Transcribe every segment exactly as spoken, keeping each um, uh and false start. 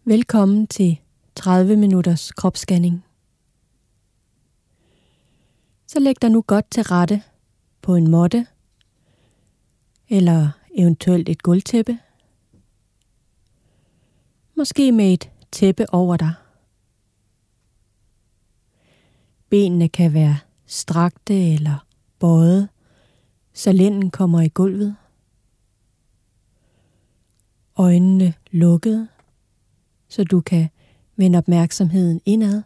Velkommen til tredive minutters kropsscanning. Så læg dig nu godt til rette på en måtte eller eventuelt et gulvtæppe. Måske med et tæppe over dig. Benene kan være strakte eller bøjet, så lænden kommer i gulvet. Øjnene lukkede, så du kan vende opmærksomheden indad.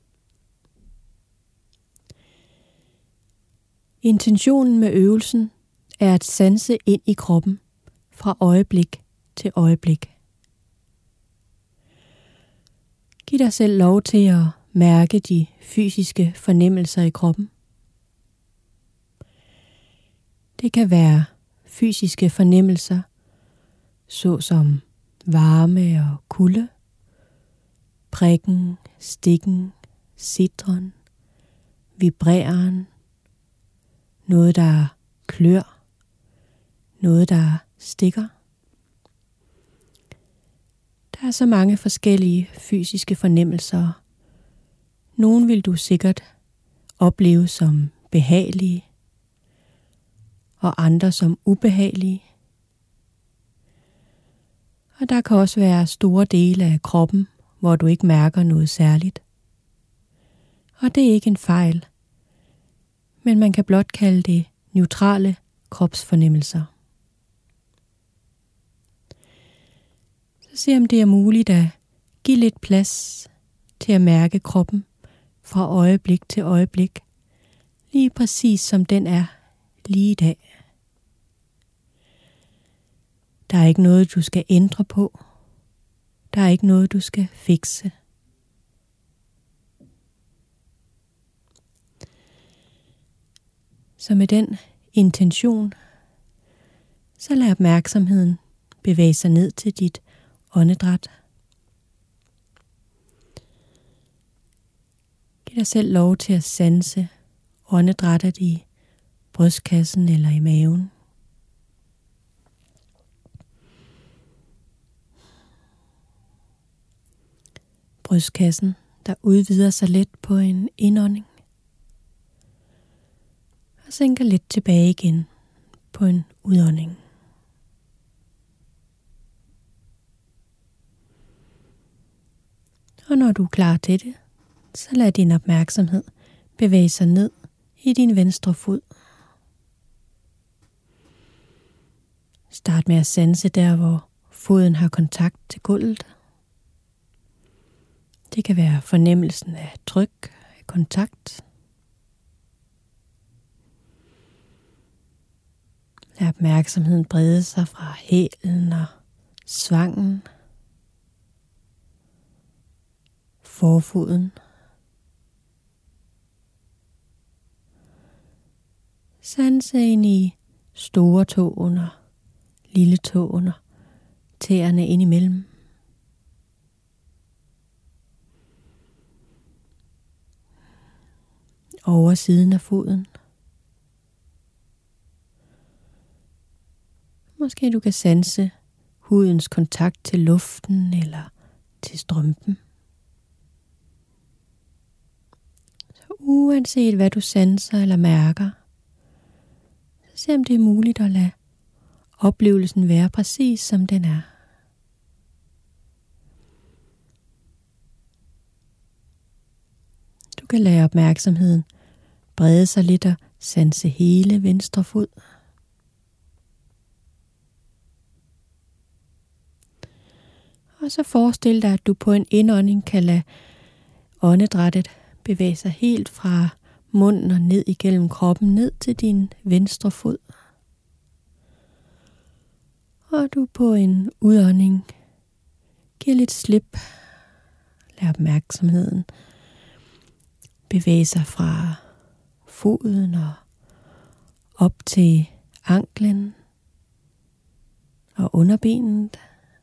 Intentionen med øvelsen er at sanse ind i kroppen fra øjeblik til øjeblik. Giv dig selv lov til at mærke de fysiske fornemmelser i kroppen. Det kan være fysiske fornemmelser, såsom varme og kulde, prikken, stikken, sitren, vibreren, noget der klør, noget der stikker. Der er så mange forskellige fysiske fornemmelser. Nogle vil du sikkert opleve som behagelige, og andre som ubehagelige. Og der kan også være store dele af kroppen, hvor du ikke mærker noget særligt. Og det er ikke en fejl, men man kan blot kalde det neutrale kropsfornemmelser. Så se om det er muligt at give lidt plads til at mærke kroppen fra øjeblik til øjeblik, lige præcis som den er lige i dag. Der er ikke noget, du skal ændre på. Der er ikke noget, du skal fikse. Så med den intention, så lad opmærksomheden bevæge sig ned til dit åndedræt. Giv dig selv lov til at sanse åndedrættet i brystkassen eller i maven. Brystkassen, der udvider sig let på en indånding. Og sænker lidt tilbage igen på en udånding. Og når du er klar til det, så lad din opmærksomhed bevæge sig ned i din venstre fod. Start med at sanse der, hvor foden har kontakt til gulvet. Det kan være fornemmelsen af tryk, af kontakt. Lad opmærksomheden brede sig fra hælen og svangen, forfoden, sanse ind i store tåen og lille tåen og tæerne ind imellem. Oversiden af foden. Måske du kan sanse hudens kontakt til luften eller til strømpen. Så uanset hvad du sanser eller mærker, så se om det er muligt at lade oplevelsen være præcis som den er. Du kan lade opmærksomheden brede sig lidt og sanse hele venstre fod. Og så forestil dig, at du på en indånding kan lade åndedrættet bevæge sig helt fra munden og ned igennem kroppen, ned til din venstre fod. Og du på en udånding giver lidt slip. Lad opmærksomheden bevæge sig fra foden og op til anklen og underbenet.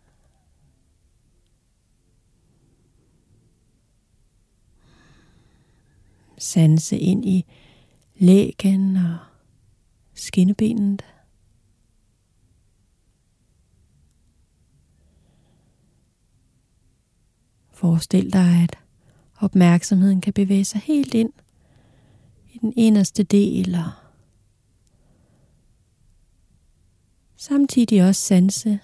Sanse ind i lægen og skinnebenet. Forestil dig, at opmærksomheden kan bevæge sig helt ind i den inderste del, og samtidig også sanse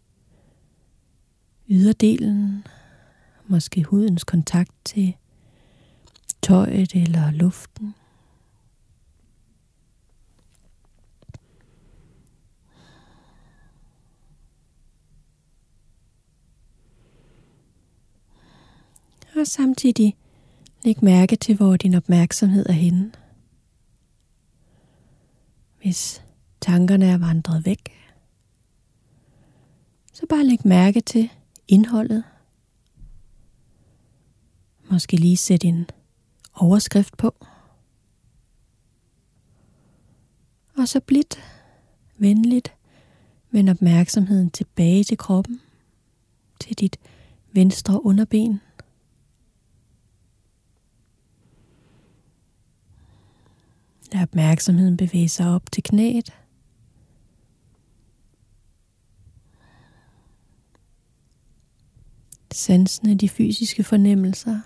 yderdelen, måske hudens kontakt til tøjet eller luften. Og samtidig læg mærke til, hvor din opmærksomhed er henne. Hvis tankerne er vandret væk, så bare læg mærke til indholdet. Måske lige sætte en overskrift på. Og så blidt, venligt, vend opmærksomheden tilbage til kroppen, til dit venstre underben. Lad opmærksomheden bevæge sig op til knæet. Sansende de fysiske fornemmelser.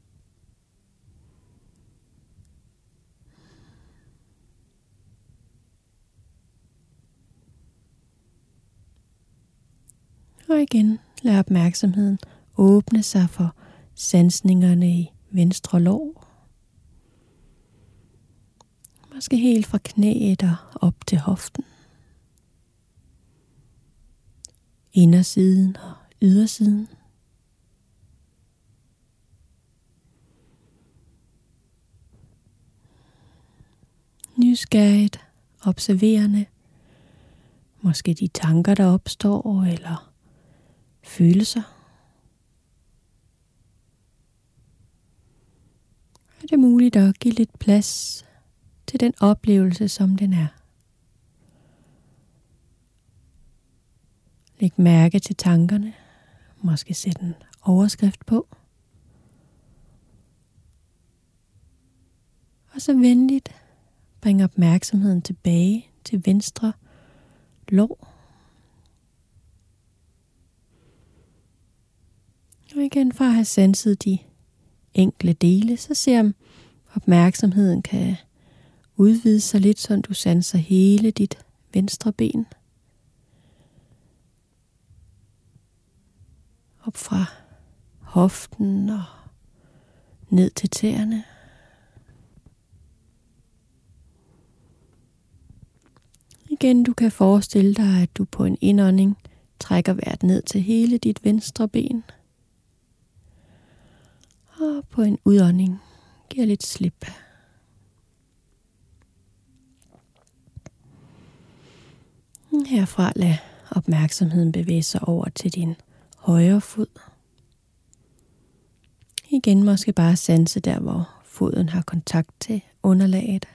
Og igen lad opmærksomheden åbne sig for sansningerne i venstre lår. Måske helt fra knæet og op til hoften. Indersiden og ydersiden. Nysgerrigt, observerende. Måske de tanker, der opstår, eller følelser. Er det muligt at give lidt plads til den oplevelse, som den er? Læg mærke til tankerne. Måske sæt en overskrift på. Og så venligt bring opmærksomheden tilbage til venstre lår. Og igen, for at have sanset de enkle dele, så se om opmærksomheden kan udvide sig lidt, så du sanser hele dit venstre ben. Op fra hoften og ned til tæerne. Igen, du kan forestille dig, at du på en indånding trækker vejret ned til hele dit venstre ben. Og på en udånding giver lidt slip. Herfra lad opmærksomheden bevæge sig over til din højre fod. Igen måske bare sanse der, hvor foden har kontakt til underlaget.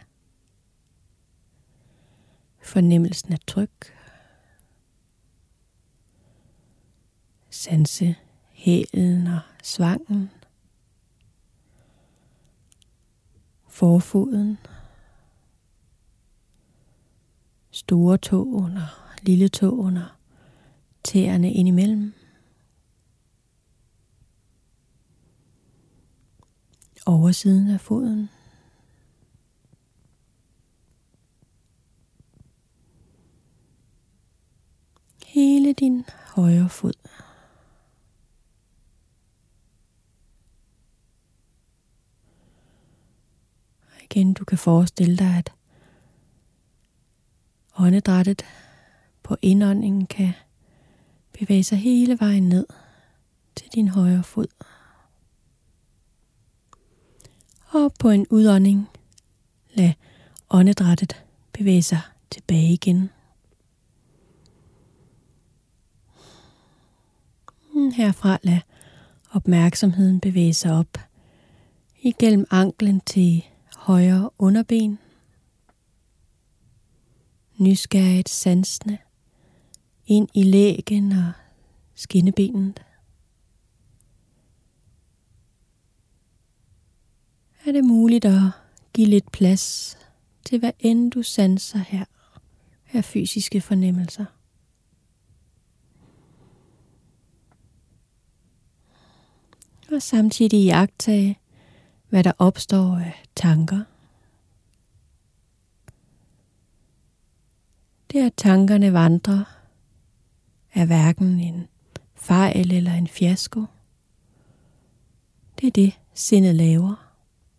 Fornemmelsen af tryk. Sanse hælen og svangen. Forfoden. Store tåen og lille tåen og tæerne indimellem. Oversiden af foden. Hele din højre fod. Og igen, du kan forestille dig, at åndedrættet på indåndingen kan bevæge sig hele vejen ned til din højre fod. Og på en udånding lad åndedrættet bevæge sig tilbage igen. Herfra lad opmærksomheden bevæge sig op igennem anklen til højre underben. Nysgerrigt sansende ind i lægen og skinnebenet. Er det muligt at give lidt plads til hvad end du sanser her af fysiske fornemmelser? Og samtidig iagttage, hvad der opstår af tanker. Det at tankerne vandrer, er hverken en fejl eller en fiasko. Det er det, sindet laver.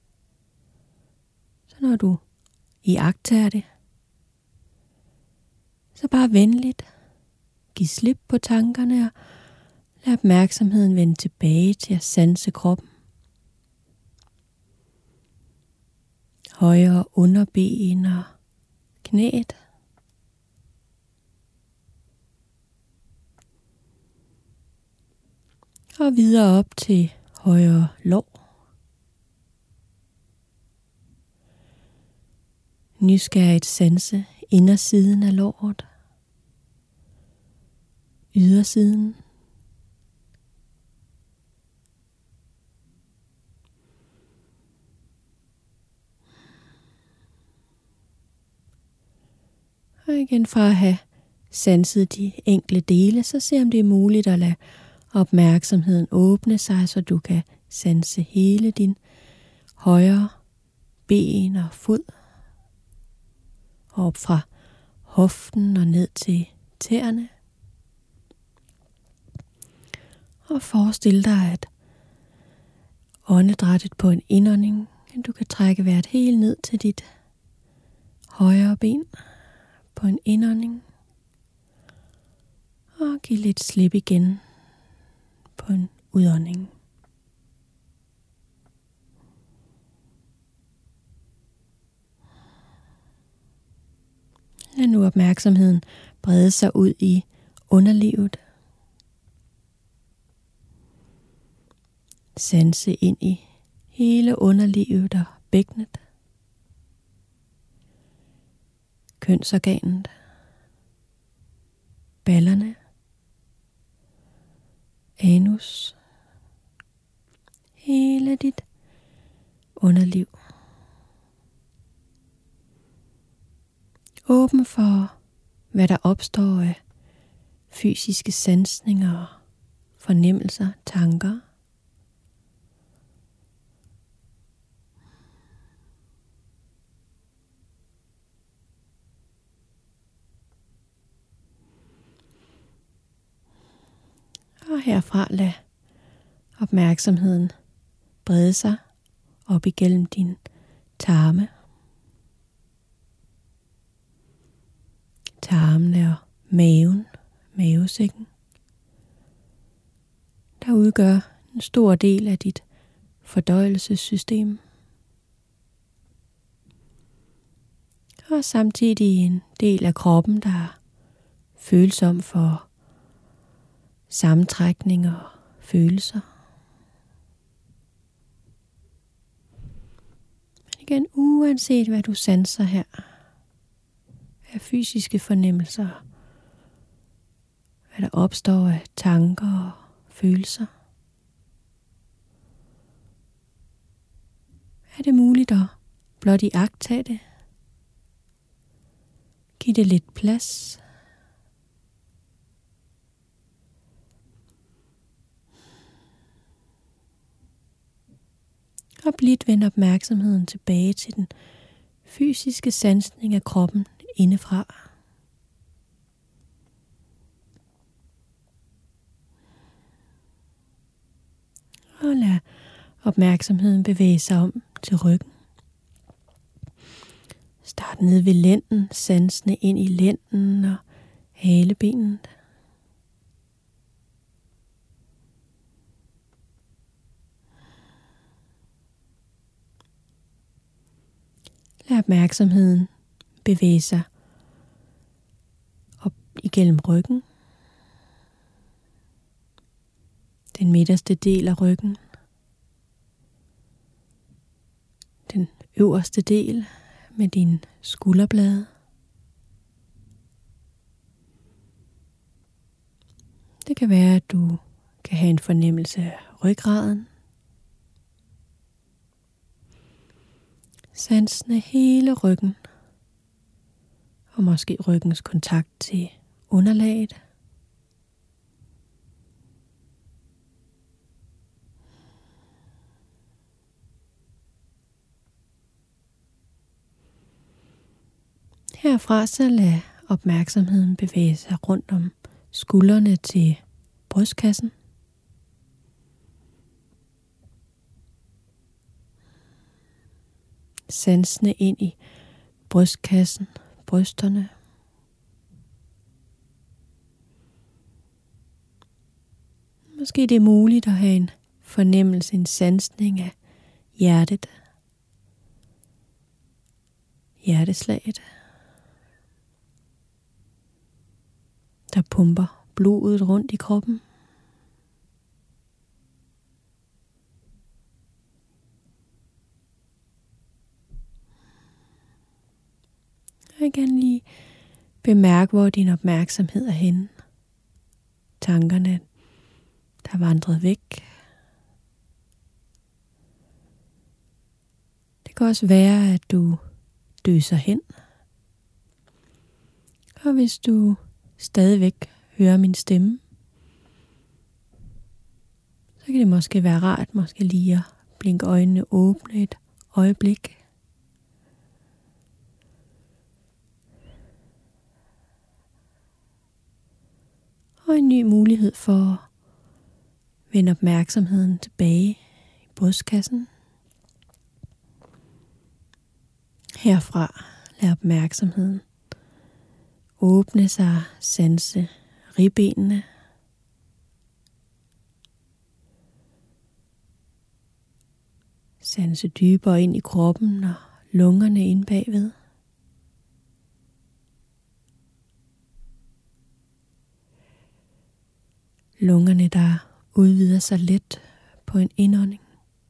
Så når du iagttager det, så bare venligt giv slip på tankerne og lad opmærksomheden vende tilbage til at sanse kroppen. Højre underben og knæet. Og videre op til højre lår. Nysgerrigt sanse indersiden af låret. Ydersiden. Og igen fra at have sanset de enkelte dele, så se om det er muligt at lade opmærksomheden åbne sig, så du kan sanse hele din højre ben og fod. Op fra hoften og ned til tæerne. Og forestil dig, at åndedrættet på en indånding, du kan trække vejret helt ned til dit højre ben på en indånding. Og giv lidt slip igen på en udånding. Lad nu opmærksomheden brede sig ud i underlivet. Sanse ind i hele underlivet og bækkenet. Kønsorganet. Ballerne. Anus. Hele dit underliv. Åben for, hvad der opstår af fysiske sansninger, fornemmelser, tanker. Og herfra lad opmærksomheden brede sig op igennem din tarme. Tarmene og maven, mavesækken, der udgør en stor del af dit fordøjelsessystem. Og samtidig en del af kroppen, der er følsom for sammentrækning og følelser. Men igen, uanset hvad du sanser her, af fysiske fornemmelser, hvad der opstår af tanker og følelser, er det muligt at blot iagttage det. Giv det lidt plads. Og blidt vend opmærksomheden tilbage til den fysiske sansning af kroppen indefra. Og lad opmærksomheden bevæge sig om til ryggen. Start ned ved lænden, sansende ind i lænden og halebenet. Lad opmærksomheden bevæge sig op igennem ryggen. Den midterste del af ryggen. Den øverste del med dine skulderblade. Det kan være, at du kan have en fornemmelse af ryggraden. Sansende hele ryggen. Og måske ryggens kontakt til underlaget. Herfra så lad opmærksomheden bevæge sig rundt om skuldrene til brystkassen. Sansene ind i brystkassen, brysterne. Måske det er muligt at have en fornemmelse, en sansning af hjertet. Hjerteslaget, der pumper blodet rundt i kroppen. Jeg kan lige bemærke, hvor din opmærksomhed er henne. Tankerne, der er vandret væk. Det kan også være, at du døser hen. Og hvis du stadigvæk hører min stemme, så kan det måske være rart, måske lige at blinke øjnene åbne et øjeblik. Og en ny mulighed for at vende opmærksomheden tilbage i brystkassen. Herfra lad opmærksomheden åbne sig, sanse ribbenene. Sanse dybere ind i kroppen og lungerne ind bagved. Lungerne, der udvider sig let på en indånding.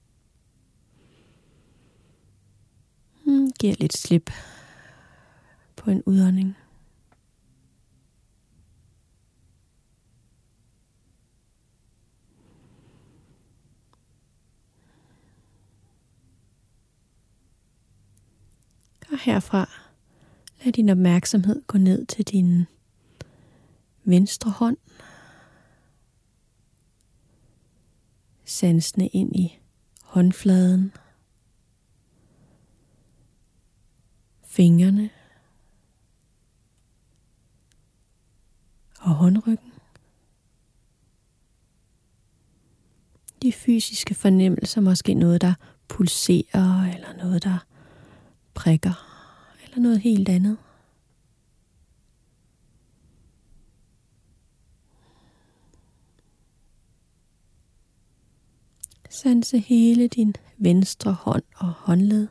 Giver lidt slip på en udånding. Og herfra lad din opmærksomhed gå ned til din venstre hånd. Sansene ind i håndfladen. Fingrene. Og håndryggen. De fysiske fornemmelser, måske noget, der pulserer, eller noget, der prikker, eller noget helt andet. Sanse hele din venstre hånd og håndled.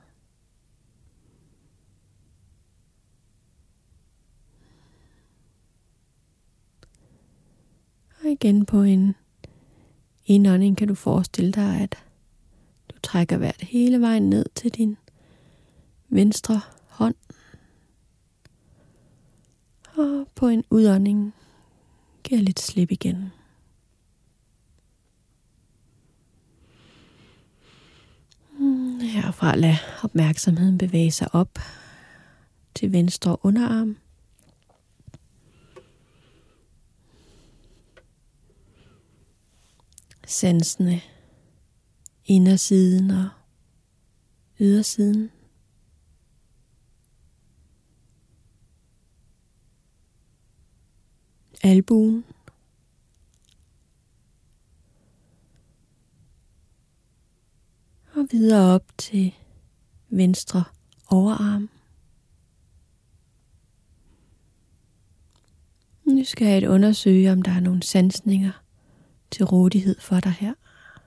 Og igen på en indånding kan du forestille dig, at du trækker vejret hele vejen ned til din venstre hånd. Og på en udånding giver lidt slip igen. Herfra lad opmærksomheden bevæge sig op til venstre underarm. Sansene indersiden og ydersiden. Albuen. Og videre op til venstre overarm. Nu skal jeg undersøge, om der er nogle sansninger til rådighed for dig her.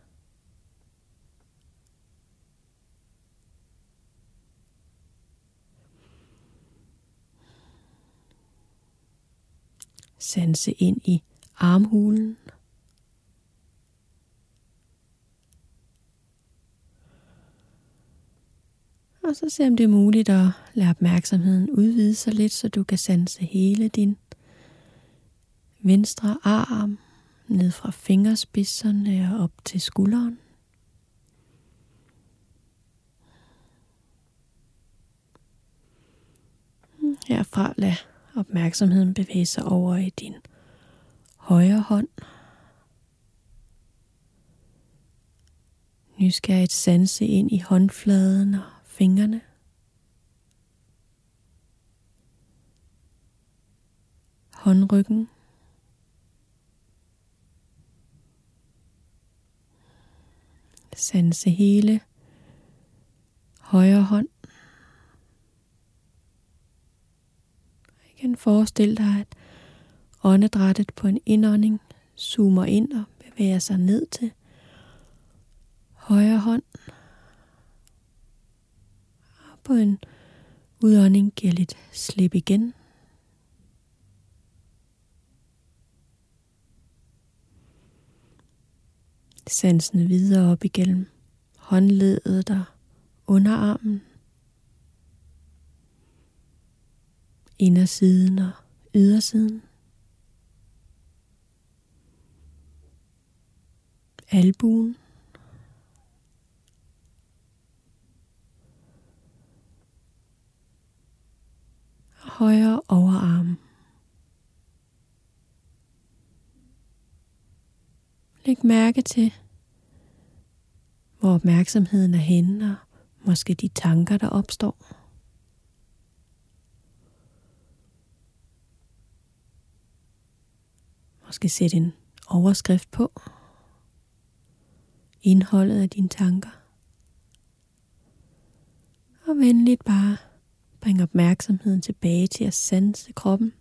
Sanse ind i armhulen. Og så se om det er muligt at lade opmærksomheden udvide sig lidt, så du kan sanse hele din venstre arm ned fra fingerspidserne og op til skulderen. Herfra lad opmærksomheden bevæge sig over i din højre hånd. Nysgerrigt sanse ind i håndfladen og fingrene. håndryggen. Sanse hele højre hånd. Igen forestil dig, at åndedrættet på en indånding zoomer ind og bevæger sig ned til højre hånd. Og på en udånding giver lidt slip igen. Sansene videre op igennem håndleddet og underarmen, indersiden og ydersiden, albuen, og højre overarm. Læg mærke til, hvor opmærksomheden er henne, og måske de tanker, der opstår. Måske sæt en overskrift på indholdet af dine tanker. Og venligt bare bring opmærksomheden tilbage til at sanse kroppen.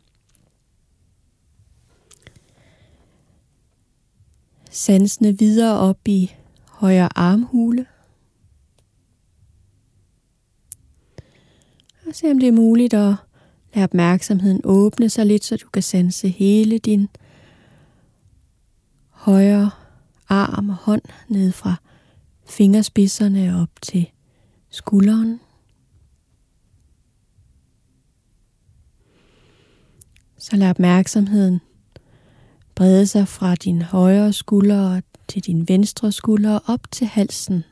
Sansene videre op i højre armhule. Og se om det er muligt at lade opmærksomheden åbne sig lidt, så du kan sanse hele din højre arm og hånd ned fra fingerspidserne op til skulderen. Så lad opmærksomheden brede sig fra din højre skulder til din venstre skulder op til halsen.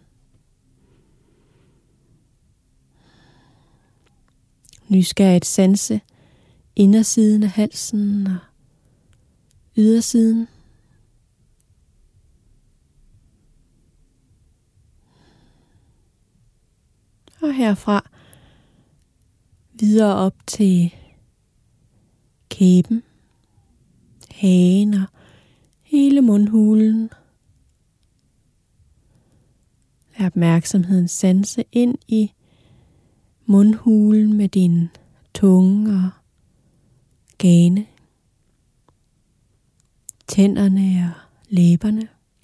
Nysgerrigt sanse indersiden af halsen og ydersiden. Og herfra videre op til kæben, hagen og hele mundhulen. Lad opmærksomheden sanse ind i mundhulen med din tunge og gane, tænderne og læberne.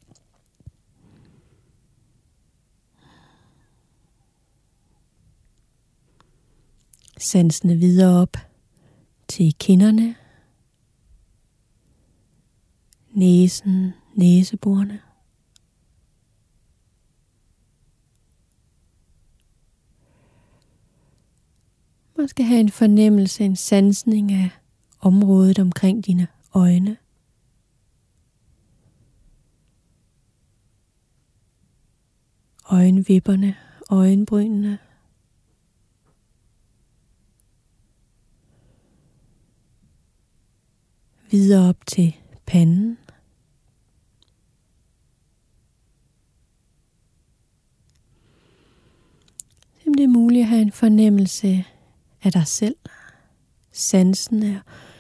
Sansene videre op til kinderne, næsen, næseborene. Man skal have en fornemmelse, en sansning af området omkring dine øjne. Øjenvipperne, øjenbrynene. Videre op til panden. Om det er muligt at have en fornemmelse af dig selv, sansene og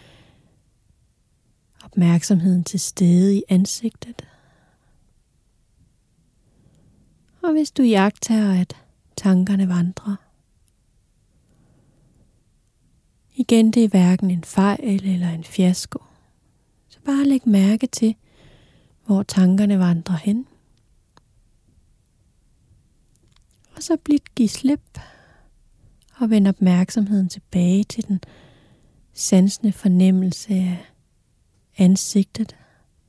opmærksomheden til stede i ansigtet. Og hvis du iagttager, at tankerne vandrer, igen, det er hverken en fejl eller en fiasko. Så bare læg mærke til, hvor tankerne vandrer hen. Og så blidt giv slip og vend opmærksomheden tilbage til den sansende fornemmelse af ansigtet,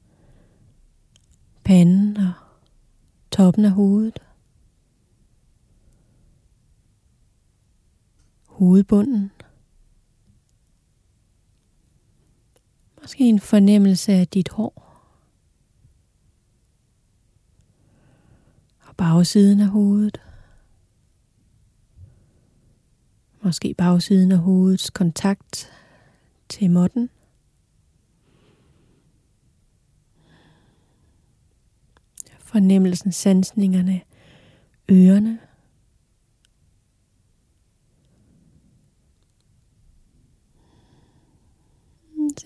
panden og toppen af hovedet, hovedbunden. Måske en fornemmelse af dit hår og bagsiden af hovedet. Måske bagsiden af hovedets kontakt til måtten. Fornemmelsen, sansningerne, ørerne.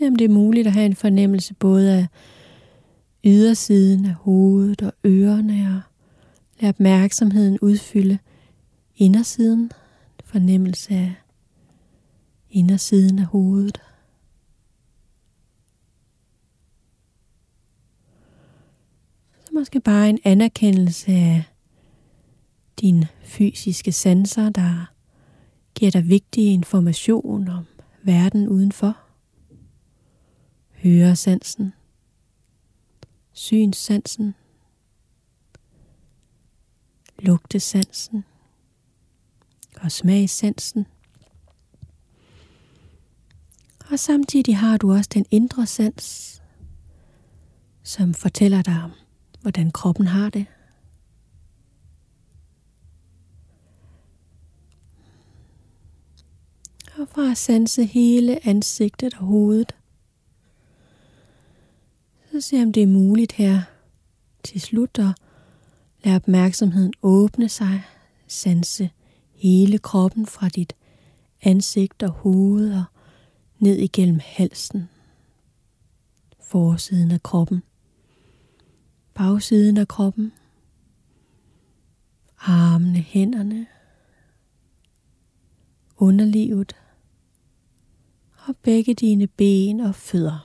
Se om det er muligt at have en fornemmelse både af ydersiden af hovedet og ørerne, og lad opmærksomheden udfylde indersiden. Fornemmelse af indersiden af hovedet. Så måske bare en anerkendelse af dine fysiske sanser, der giver dig vigtig information om verden udenfor. Høresansen, synssansen, lugtesansen og smagssansen. Og samtidig har du også den indre sans, som fortæller dig om, hvordan kroppen har det. Og fra at sanse hele ansigtet og hovedet, så se om det er muligt her til slut at lade opmærksomheden åbne sig, sanse hele kroppen fra dit ansigt og hoved og ned igennem halsen, forsiden af kroppen, bagsiden af kroppen, armene, hænderne, underlivet og begge dine ben og fødder.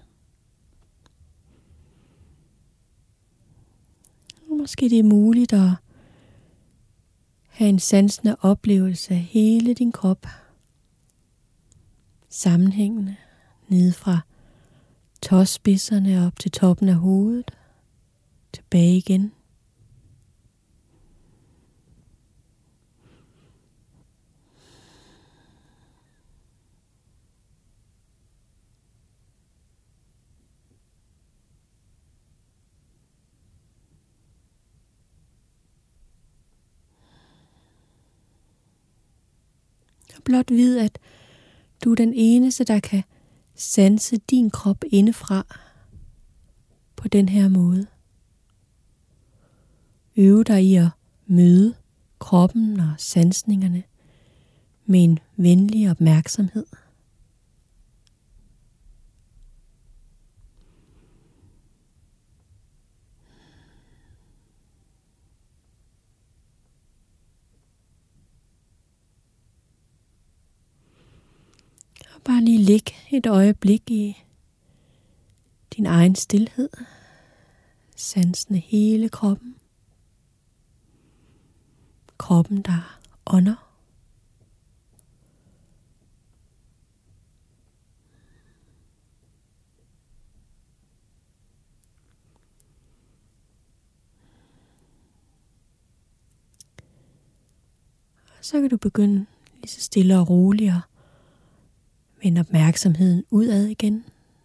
Og måske det er muligt at have en sansende oplevelse af hele din krop, sammenhængende ned fra tåspidserne op til toppen af hovedet, tilbage igen. Og blot vid, at du er den eneste, der kan sanse din krop indefra på den her måde. Øve dig i at møde kroppen og sansningerne med en venlig opmærksomhed. Og bare lige ligge et øjeblik i din egen stilhed, sansende hele kroppen. Kroppen, der ånder. Og så kan du begynde lige så stille og roligt at vende opmærksomheden udad igen.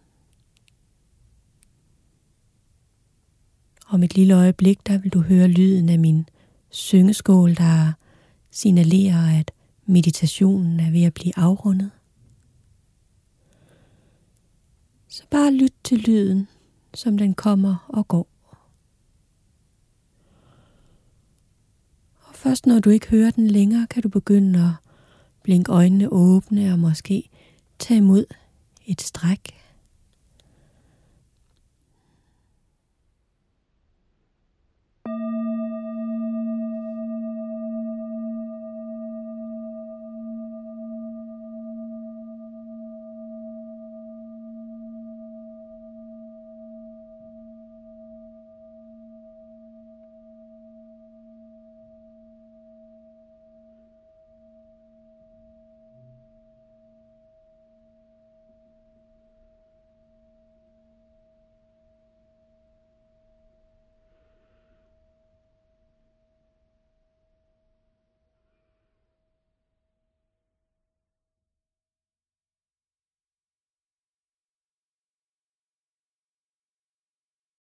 Om et lille øjeblik, der vil du høre lyden af min syngeskål, der signalerer, at meditationen er ved at blive afrundet. Så bare lyt til lyden, som den kommer og går. Og først når du ikke hører den længere, kan du begynde at blinke øjnene åbne og måske tage imod et stræk.